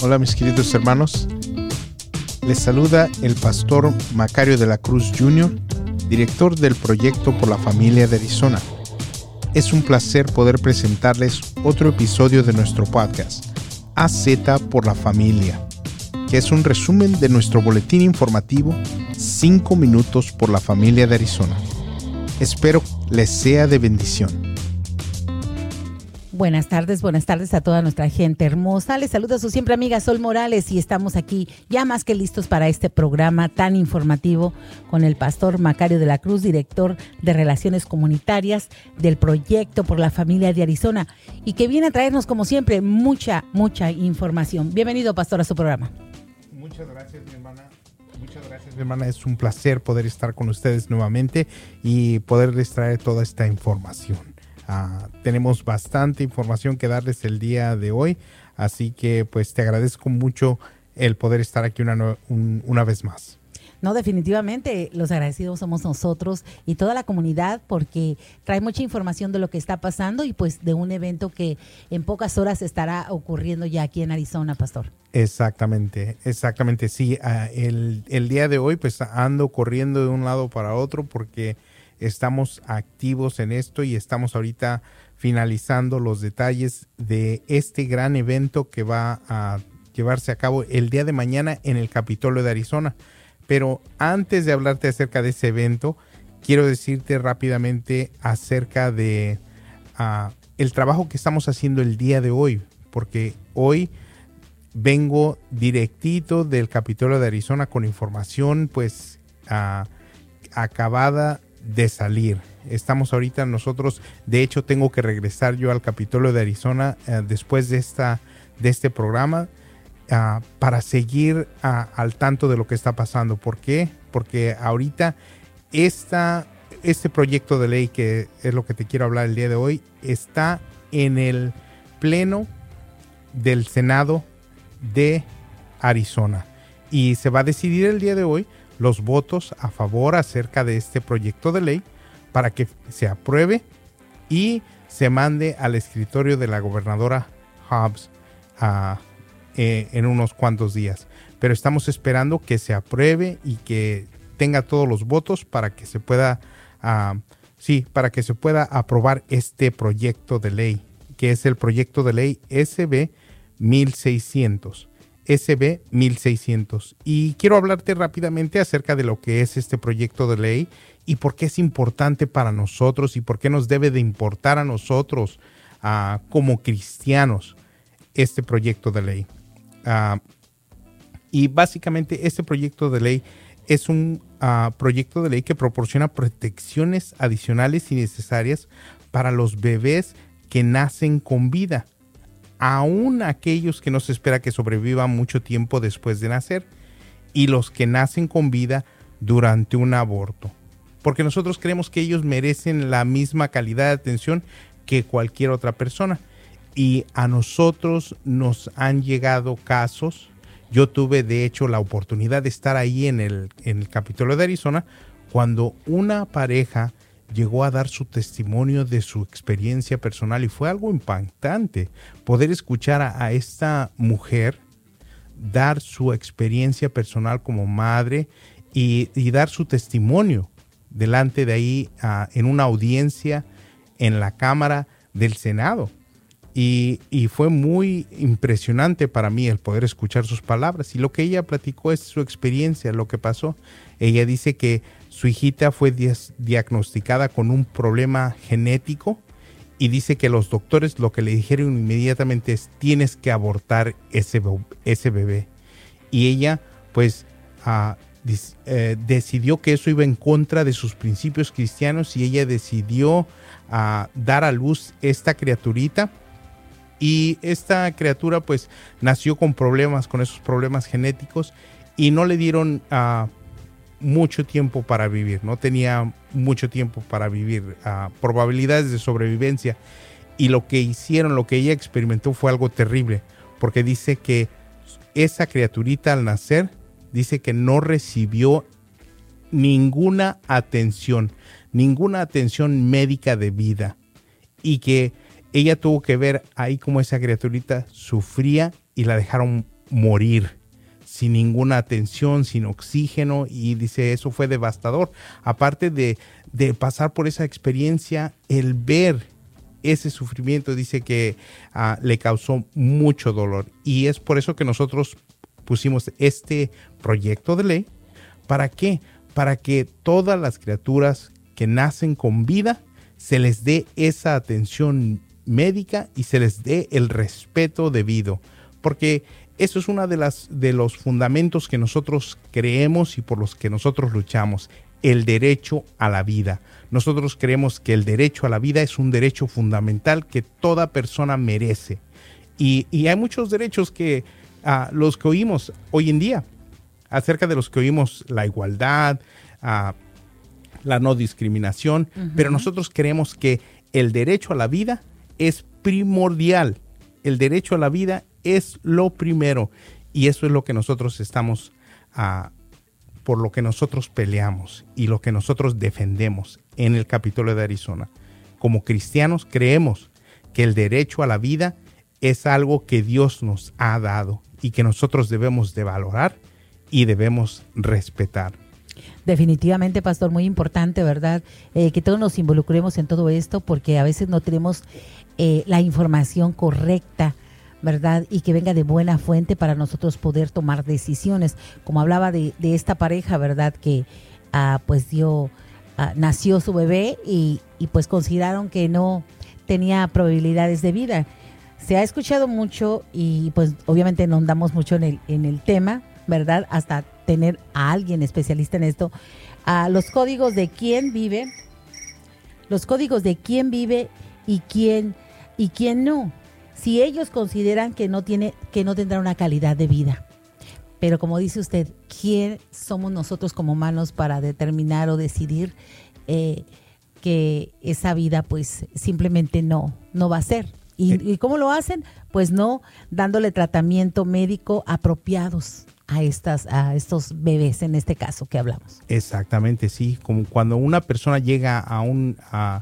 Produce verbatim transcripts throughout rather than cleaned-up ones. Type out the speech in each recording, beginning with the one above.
Hola mis queridos hermanos, les saluda el pastor Macario de la Cruz junior, director del Proyecto por la Familia de Arizona. Es un placer poder presentarles otro episodio de nuestro podcast, A Z por la Familia, que es un resumen de nuestro boletín informativo cinco minutos por la familia de Arizona. Espero les sea de bendición. Buenas tardes, buenas tardes a toda nuestra gente hermosa. Les saluda su siempre amiga Sol Morales y estamos aquí ya más que listos para este programa tan informativo con el pastor Macario de la Cruz, director de Relaciones Comunitarias del Proyecto por la Familia de Arizona, y que viene a traernos como siempre mucha, mucha información. Bienvenido, pastor, a su programa. Muchas gracias, mi hermana. Muchas gracias, mi hermana. Es un placer poder estar con ustedes nuevamente y poderles traer toda esta información. Uh, tenemos bastante información que darles el día de hoy, así que pues te agradezco mucho el poder estar aquí una, un, una vez más. No, definitivamente los agradecidos somos nosotros y toda la comunidad, porque trae mucha información de lo que está pasando y pues de un evento que en pocas horas estará ocurriendo ya aquí en Arizona, pastor. Exactamente, exactamente, sí. Uh, el, el día de hoy pues ando corriendo de un lado para otro porque estamos activos en esto y estamos ahorita finalizando los detalles de este gran evento que va a llevarse a cabo el día de mañana en el Capitolio de Arizona. Pero antes de hablarte acerca de ese evento, quiero decirte rápidamente acerca de uh, el trabajo que estamos haciendo el día de hoy, porque hoy vengo directito del Capitolio de Arizona con información pues uh, acabada de salir. Estamos ahorita nosotros, de hecho tengo que regresar yo al Capitolio de Arizona uh, después de esta de este programa uh, para seguir uh, al tanto de lo que está pasando. ¿Por qué? Porque ahorita esta, este proyecto de ley, que es lo que te quiero hablar el día de hoy, está en el pleno del Senado de Arizona y se va a decidir el día de hoy los votos a favor acerca de este proyecto de ley para que se apruebe y se mande al escritorio de la gobernadora Hobbs uh, eh, en unos cuantos días. Pero estamos esperando que se apruebe y que tenga todos los votos para que se pueda, uh, sí, para que se pueda aprobar este proyecto de ley, que es el proyecto de ley S B mil seiscientos. S B mil seiscientos. Y quiero hablarte rápidamente acerca de lo que es este proyecto de ley y por qué es importante para nosotros y por qué nos debe de importar a nosotros uh, como cristianos este proyecto de ley. Uh, y básicamente este proyecto de ley es un uh, proyecto de ley que proporciona protecciones adicionales y necesarias para los bebés que nacen con vida, aún aquellos que no se espera que sobrevivan mucho tiempo después de nacer y los que nacen con vida durante un aborto, porque nosotros creemos que ellos merecen la misma calidad de atención que cualquier otra persona. Y a nosotros nos han llegado casos. Yo tuve de hecho la oportunidad de estar ahí en el, en el Capitolio de Arizona cuando una pareja llegó a dar su testimonio de su experiencia personal y fue algo impactante poder escuchar a, a esta mujer dar su experiencia personal como madre y, y dar su testimonio delante de ahí uh, en una audiencia en la Cámara del Senado. Y, y fue muy impresionante para mí el poder escuchar sus palabras. Y lo que ella platicó es su experiencia, lo que pasó. Ella dice que su hijita fue dias, diagnosticada con un problema genético y dice que los doctores lo que le dijeron inmediatamente es: tienes que abortar ese, ese bebé. Y ella pues uh, dis, eh, decidió que eso iba en contra de sus principios cristianos y ella decidió uh, dar a luz esta criaturita. Y esta criatura pues nació con problemas, con esos problemas genéticos y no le dieron uh, mucho tiempo para vivir, no tenía mucho tiempo para vivir, uh, probabilidades de sobrevivencia. Y lo que hicieron, lo que ella experimentó fue algo terrible, porque dice que esa criaturita al nacer, dice que no recibió ninguna atención, ninguna atención médica de vida y que ella tuvo que ver ahí cómo esa criaturita sufría y la dejaron morir sin ninguna atención, sin oxígeno, y dice, eso fue devastador. Aparte de, de pasar por esa experiencia, el ver ese sufrimiento, dice que uh, le causó mucho dolor. Y es por eso que nosotros pusimos este proyecto de ley. ¿Para qué? Para que todas las criaturas que nacen con vida se les dé esa atención médica y se les dé el respeto debido. Porque eso es uno de, las, de los fundamentos que nosotros creemos y por los que nosotros luchamos, el derecho a la vida. Nosotros creemos que el derecho a la vida es un derecho fundamental que toda persona merece. Y, y hay muchos derechos que uh, los que oímos hoy en día, acerca de los que oímos la igualdad, uh, la no discriminación, uh-huh. pero nosotros creemos que el derecho a la vida es primordial. El derecho a la vida es lo primero, y eso es lo que nosotros estamos, uh, por lo que nosotros peleamos y lo que nosotros defendemos en el Capitolio de Arizona. Como cristianos creemos que el derecho a la vida es algo que Dios nos ha dado y que nosotros debemos de valorar y debemos respetar. Definitivamente, pastor, muy importante, ¿verdad? Eh, que todos nos involucremos en todo esto, porque a veces no tenemos eh, la información correcta, ¿verdad? Y que venga de buena fuente para nosotros poder tomar decisiones. Como hablaba de, de esta pareja, ¿verdad? Que ah, pues dio, ah, nació su bebé y, y pues consideraron que no tenía probabilidades de vida. Se ha escuchado mucho y pues obviamente no andamos mucho en el, en el tema, ¿verdad? Hasta tener a alguien especialista en esto. A los códigos de quién vive, los códigos de quién vive y quién, y quién no. Si ellos consideran que no tiene, que no tendrá una calidad de vida. Pero como dice usted, ¿quién somos nosotros como humanos para determinar o decidir eh, que esa vida pues simplemente no, no va a ser? ¿Y, ¿Y cómo lo hacen? Pues no dándole tratamiento médico apropiados a estas a estos bebés, en este caso que hablamos. Exactamente, sí. Como cuando una persona llega a un a,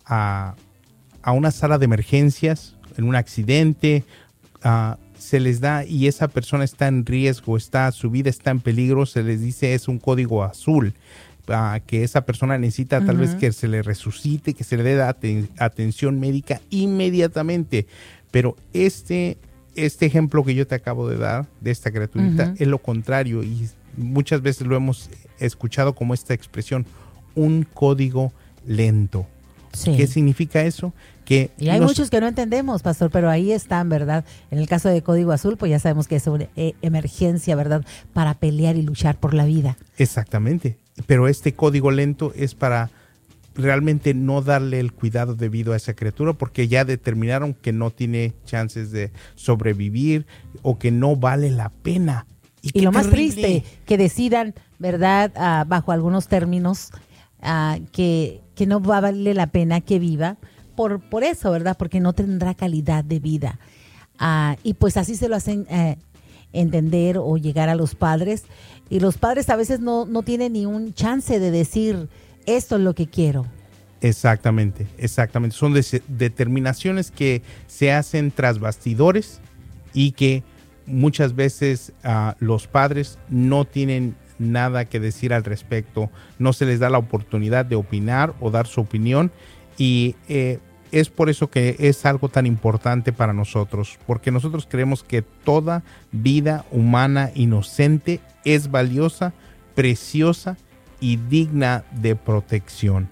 a, a una sala de emergencias en un accidente, uh, se les da, y esa persona está en riesgo, está su vida está en peligro, se les dice es un código azul, uh, que esa persona necesita uh-huh. tal vez que se le resucite, que se le dé aten- atención médica inmediatamente. Pero este Este ejemplo que yo te acabo de dar, de esta criaturita, uh-huh. es lo contrario, y muchas veces lo hemos escuchado como esta expresión, un código lento. Sí. ¿Qué significa eso? Que y hay nos... muchos que no entendemos, pastor, pero ahí están, ¿verdad? En el caso de código azul, pues ya sabemos que es una eh, emergencia, ¿verdad? Para pelear y luchar por la vida. Exactamente, pero este código lento es para realmente no darle el cuidado debido a esa criatura, porque ya determinaron que no tiene chances de sobrevivir o que no vale la pena. Y, y lo más triste, que decidan, ¿verdad? Uh, bajo algunos términos, uh, que, que no vale la pena que viva por, por eso, ¿verdad? Porque no tendrá calidad de vida. Uh, y pues así se lo hacen uh, entender o llegar a los padres. Y los padres a veces no, no tienen ni un chance de decir, esto es lo que quiero. Exactamente, exactamente. Son de- determinaciones que se hacen tras bastidores y que muchas veces uh, los padres no tienen nada que decir al respecto. No se les da la oportunidad de opinar o dar su opinión, y eh, es por eso que es algo tan importante para nosotros, porque nosotros creemos que toda vida humana inocente es valiosa, preciosa y digna de protección.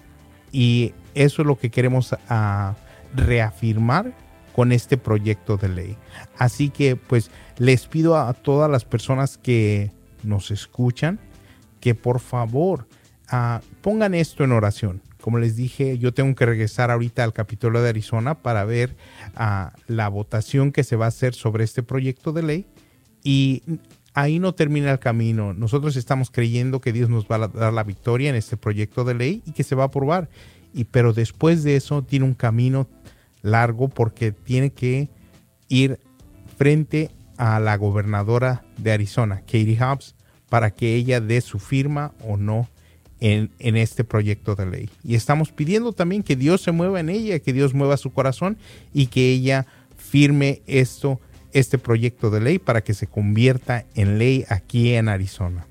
Y eso es lo que queremos uh, reafirmar con este proyecto de ley. Así que pues les pido a todas las personas que nos escuchan que por favor uh, pongan esto en oración. Como les dije, yo tengo que regresar ahorita al Capitolio de Arizona para ver uh, la votación que se va a hacer sobre este proyecto de ley, y ahí no termina el camino. Nosotros estamos creyendo que Dios nos va a dar la victoria en este proyecto de ley y que se va a aprobar. Y, pero después de eso tiene un camino largo, porque tiene que ir frente a la gobernadora de Arizona, Katie Hobbs, para que ella dé su firma o no en, en este proyecto de ley. Y estamos pidiendo también que Dios se mueva en ella, que Dios mueva su corazón y que ella firme esto este proyecto de ley para que se convierta en ley aquí en Arizona.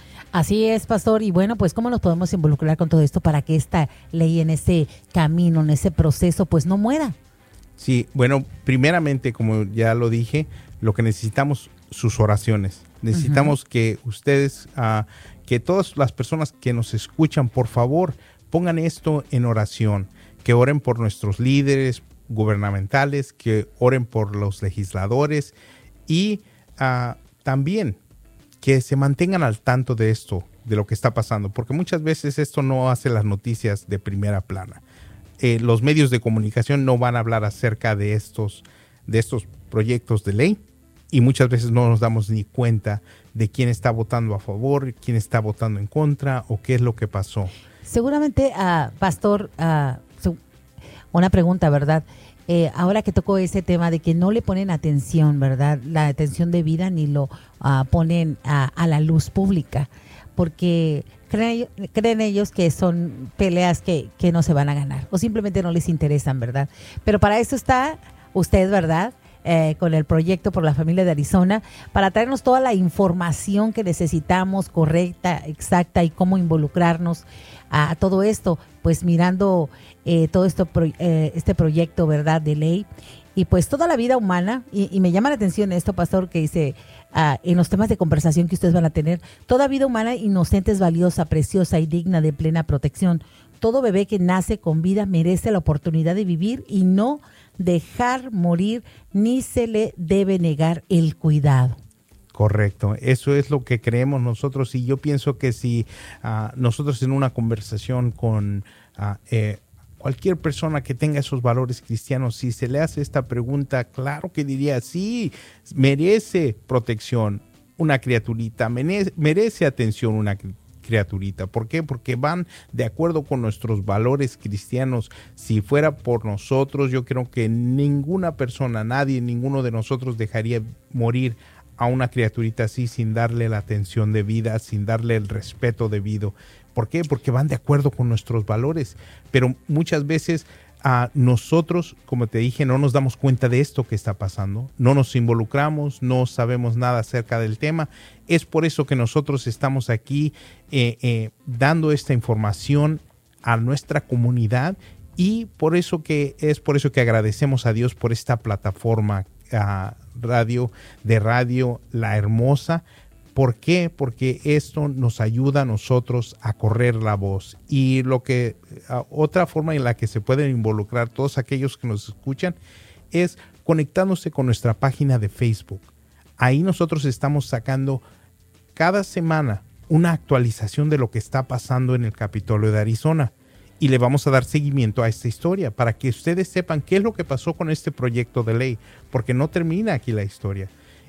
Así es, pastor. Y bueno, pues ¿cómo nos podemos involucrar con todo esto para que esta ley en ese camino, en ese proceso, pues no muera? Sí, bueno, primeramente, como ya lo dije, lo que necesitamos sus oraciones. Necesitamos uh-huh. que ustedes, uh, que todas las personas que nos escuchan, por favor, pongan esto en oración, que oren por nuestros líderes gubernamentales, que oren por los legisladores y uh, también que se mantengan al tanto de esto, de lo que está pasando, porque muchas veces esto no hace las noticias de primera plana. Eh, los medios de comunicación no van a hablar acerca de estos, de estos proyectos de ley y muchas veces no nos damos ni cuenta de quién está votando a favor, quién está votando en contra o qué es lo que pasó. Seguramente, uh, Pastor, uh, una pregunta, ¿verdad? Eh, ahora que tocó ese tema de que no le ponen atención, ¿verdad? La atención debida ni lo uh, ponen a, a la luz pública, porque creen, creen ellos que son peleas que, que no se van a ganar o simplemente no les interesan, ¿verdad? Pero para eso está usted, ¿verdad? Eh, con el proyecto por la familia de Arizona, para traernos toda la información que necesitamos, correcta, exacta, y cómo involucrarnos a, a todo esto, pues mirando eh, todo esto, eh, este proyecto, ¿verdad?, de ley, y pues toda la vida humana, y, y me llama la atención esto, pastor, que dice uh, en los temas de conversación que ustedes van a tener, toda vida humana inocente es valiosa, preciosa y digna de plena protección. Todo bebé que nace con vida merece la oportunidad de vivir y no dejar morir, ni se le debe negar el cuidado. Correcto, eso es lo que creemos nosotros y yo pienso que si uh, nosotros en una conversación con uh, eh, cualquier persona que tenga esos valores cristianos, si se le hace esta pregunta, claro que diría, sí, merece protección una criaturita, merece, merece atención una criaturita. ¿Por qué? Porque van de acuerdo con nuestros valores cristianos. Si fuera por nosotros, yo creo que ninguna persona, nadie, ninguno de nosotros dejaría morir a una criaturita así sin darle la atención debida, sin darle el respeto debido. ¿Por qué? Porque van de acuerdo con nuestros valores. Pero muchas veces a nosotros, como te dije, no nos damos cuenta de esto que está pasando, no nos involucramos, no sabemos nada acerca del tema. Es por eso que nosotros estamos aquí eh, eh, dando esta información a nuestra comunidad y por eso que es por eso que agradecemos a Dios por esta plataforma uh, radio de radio La Hermosa. ¿Por qué? Porque esto nos ayuda a nosotros a correr la voz. Y lo que uh, otra forma en la que se pueden involucrar todos aquellos que nos escuchan es conectándose con nuestra página de Facebook. Ahí nosotros estamos sacando cada semana una actualización de lo que está pasando en el Capitolio de Arizona. Y le vamos a dar seguimiento a esta historia para que ustedes sepan qué es lo que pasó con este proyecto de ley, porque no termina aquí la historia.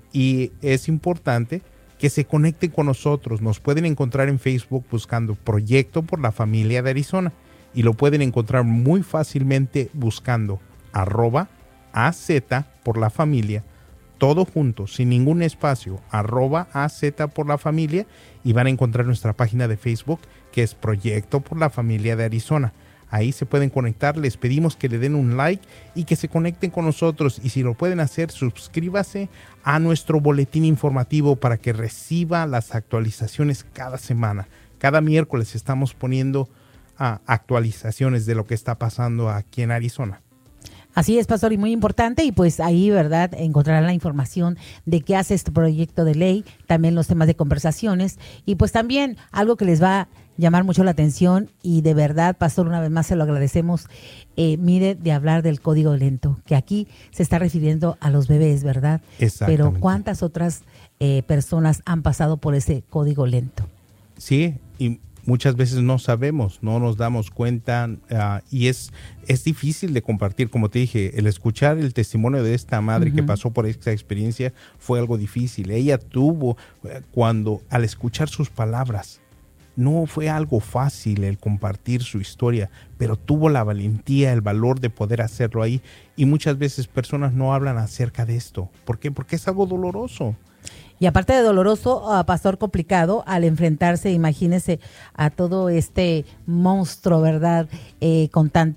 Y es importante que se conecten con nosotros. Nos pueden encontrar en Facebook buscando Proyecto por la Familia de Arizona y lo pueden encontrar muy fácilmente buscando arroba AZ por la familia, todo junto, sin ningún espacio, arroba AZ por la familia, y van a encontrar nuestra página de Facebook que es Proyecto por la Familia de Arizona. Ahí se pueden conectar, les pedimos que le den un like y que se conecten con nosotros. Y si lo pueden hacer, suscríbase a nuestro boletín informativo para que reciba las actualizaciones cada semana. Cada miércoles estamos poniendo uh, actualizaciones de lo que está pasando aquí en Arizona. Así es, pastor, y muy importante, y pues ahí, ¿verdad?, encontrarán la información de qué hace este proyecto de ley, también los temas de conversaciones, y pues también algo que les va a llamar mucho la atención, y de verdad, pastor, una vez más se lo agradecemos, eh, mire, de hablar del código lento, que aquí se está refiriendo a los bebés, ¿verdad? Exactamente. Pero ¿cuántas otras eh, personas han pasado por ese código lento? Sí, y muchas veces no sabemos, no nos damos cuenta uh, y es, es difícil de compartir. Como te dije, el escuchar el testimonio de esta madre uh-huh. que pasó por esta experiencia fue algo difícil. Ella tuvo, cuando al escuchar sus palabras, no fue algo fácil el compartir su historia, pero tuvo la valentía, el valor de poder hacerlo ahí. Y muchas veces personas no hablan acerca de esto. ¿Por qué? Porque es algo doloroso. Y aparte de doloroso, uh, pastor, complicado al enfrentarse, imagínese, a todo este monstruo, ¿verdad? Eh, con tanto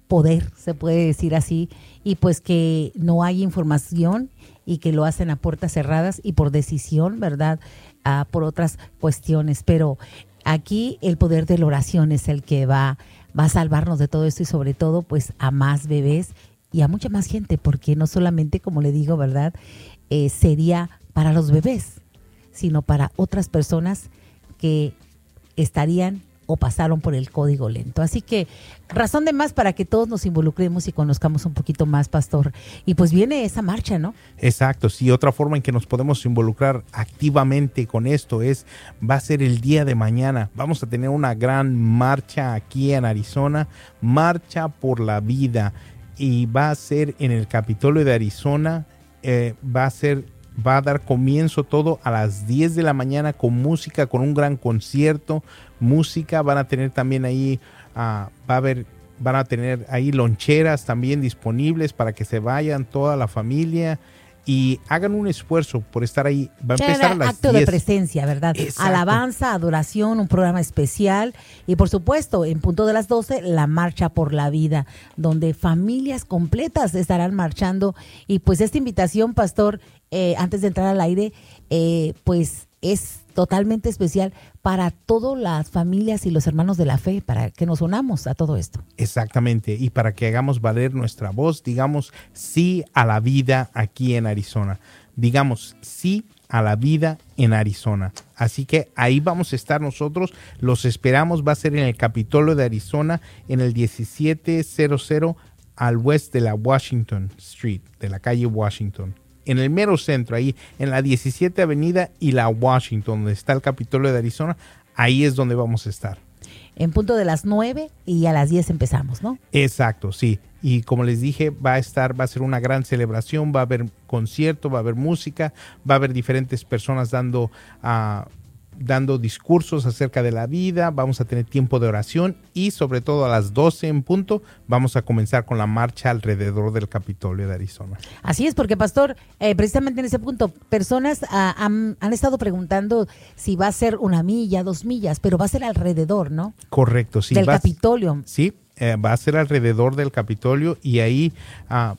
poder, se puede decir así, y pues que no hay información y que lo hacen a puertas cerradas y por decisión, ¿verdad? Uh, por otras cuestiones, pero aquí el poder de la oración es el que va, va a salvarnos de todo esto y sobre todo pues a más bebés y a mucha más gente, porque no solamente, como le digo, ¿verdad? Eh, sería para los bebés, sino para otras personas que estarían o pasaron por el código lento. Así que razón de más para que todos nos involucremos y conozcamos un poquito más, pastor. Y pues viene esa marcha, ¿no? Exacto, sí, otra forma en que nos podemos involucrar activamente con esto es, va a ser el día de mañana. Vamos a tener una gran marcha aquí en Arizona, Marcha por la Vida, y va a ser en el Capitolio de Arizona, eh, va a ser... va a dar comienzo todo a las diez de la mañana con música, con un gran concierto, música, van a tener también ahí, uh, va a haber, van a tener ahí loncheras también disponibles para que se vayan toda la familia y hagan un esfuerzo por estar ahí. Va a empezar a las acto diez. De presencia, ¿verdad? Exacto. Alabanza, adoración, un programa especial y por supuesto, en punto de las doce, la Marcha por la Vida, donde familias completas estarán marchando y pues esta invitación, pastor, eh, antes de entrar al aire, eh, pues es totalmente especial para todas las familias y los hermanos de la fe, para que nos unamos a todo esto. Exactamente, y para que hagamos valer nuestra voz, digamos sí a la vida aquí en Arizona. Digamos sí a la vida en Arizona. Así que ahí vamos a estar nosotros, los esperamos, va a ser en el Capitolio de Arizona, en el diecisiete cero al oeste de la Washington Street, de la calle Washington. En el mero centro, ahí en la diecisiete Avenida y la Washington, donde está el Capitolio de Arizona, ahí es donde vamos a estar. En punto de las nueve y a las diez empezamos, ¿no? Exacto, sí. Y como les dije, va a estar, va a ser una gran celebración, va a haber concierto, va a haber música, va a haber diferentes personas dando, uh, dando discursos acerca de la vida, vamos a tener tiempo de oración y sobre todo a las doce en punto vamos a comenzar con la marcha alrededor del Capitolio de Arizona. Así es, porque pastor, eh, precisamente en ese punto, personas uh, han, han estado preguntando si va a ser una milla, dos millas, pero va a ser alrededor, ¿no? Correcto, sí. Del va, Capitolio. Sí, eh, va a ser alrededor del Capitolio y ahí uh,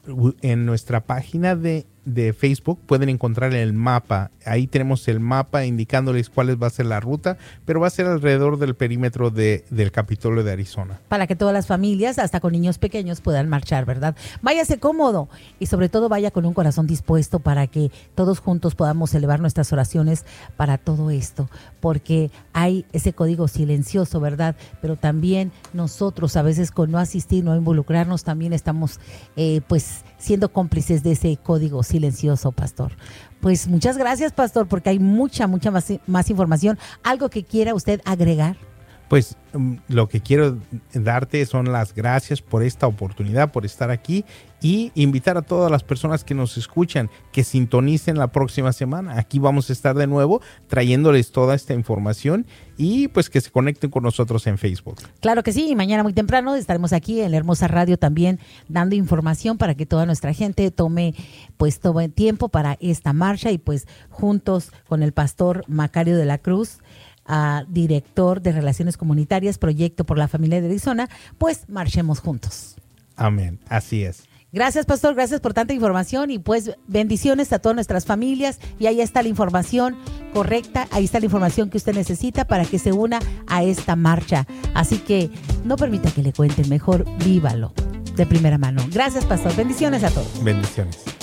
en nuestra página de, de Facebook pueden encontrar el mapa. Ahí tenemos el mapa indicándoles cuál va a ser la ruta, pero va a ser alrededor del perímetro de, del Capitolio de Arizona. Para que todas las familias, hasta con niños pequeños, puedan marchar, ¿verdad? Váyase cómodo y sobre todo vaya con un corazón dispuesto para que todos juntos podamos elevar nuestras oraciones para todo esto, porque hay ese código silencioso, ¿verdad? Pero también nosotros a veces con no asistir, no involucrarnos, también estamos eh, pues siendo cómplices de ese código silencioso, pastor. Pues muchas gracias, pastor, porque hay mucha, mucha más, más información. ¿Algo que quiera usted agregar? Pues um, lo que quiero darte son las gracias por esta oportunidad, por estar aquí y invitar a todas las personas que nos escuchan que sintonicen la próxima semana. Aquí vamos a estar de nuevo trayéndoles toda esta información y pues que se conecten con nosotros en Facebook. Claro que sí, y mañana muy temprano estaremos aquí en la hermosa radio también dando información para que toda nuestra gente tome pues todo el tiempo para esta marcha y pues juntos con el pastor Macario de la Cruz, Uh, director de Relaciones Comunitarias, Proyecto por la Familia de Arizona, pues marchemos juntos. Amén, así es. Gracias, pastor, gracias por tanta información y pues bendiciones a todas nuestras familias y ahí está la información correcta, ahí está la información que usted necesita para que se una a esta marcha. Así que no permita que le cuenten, mejor vívalo de primera mano. Gracias, pastor, bendiciones a todos. Bendiciones.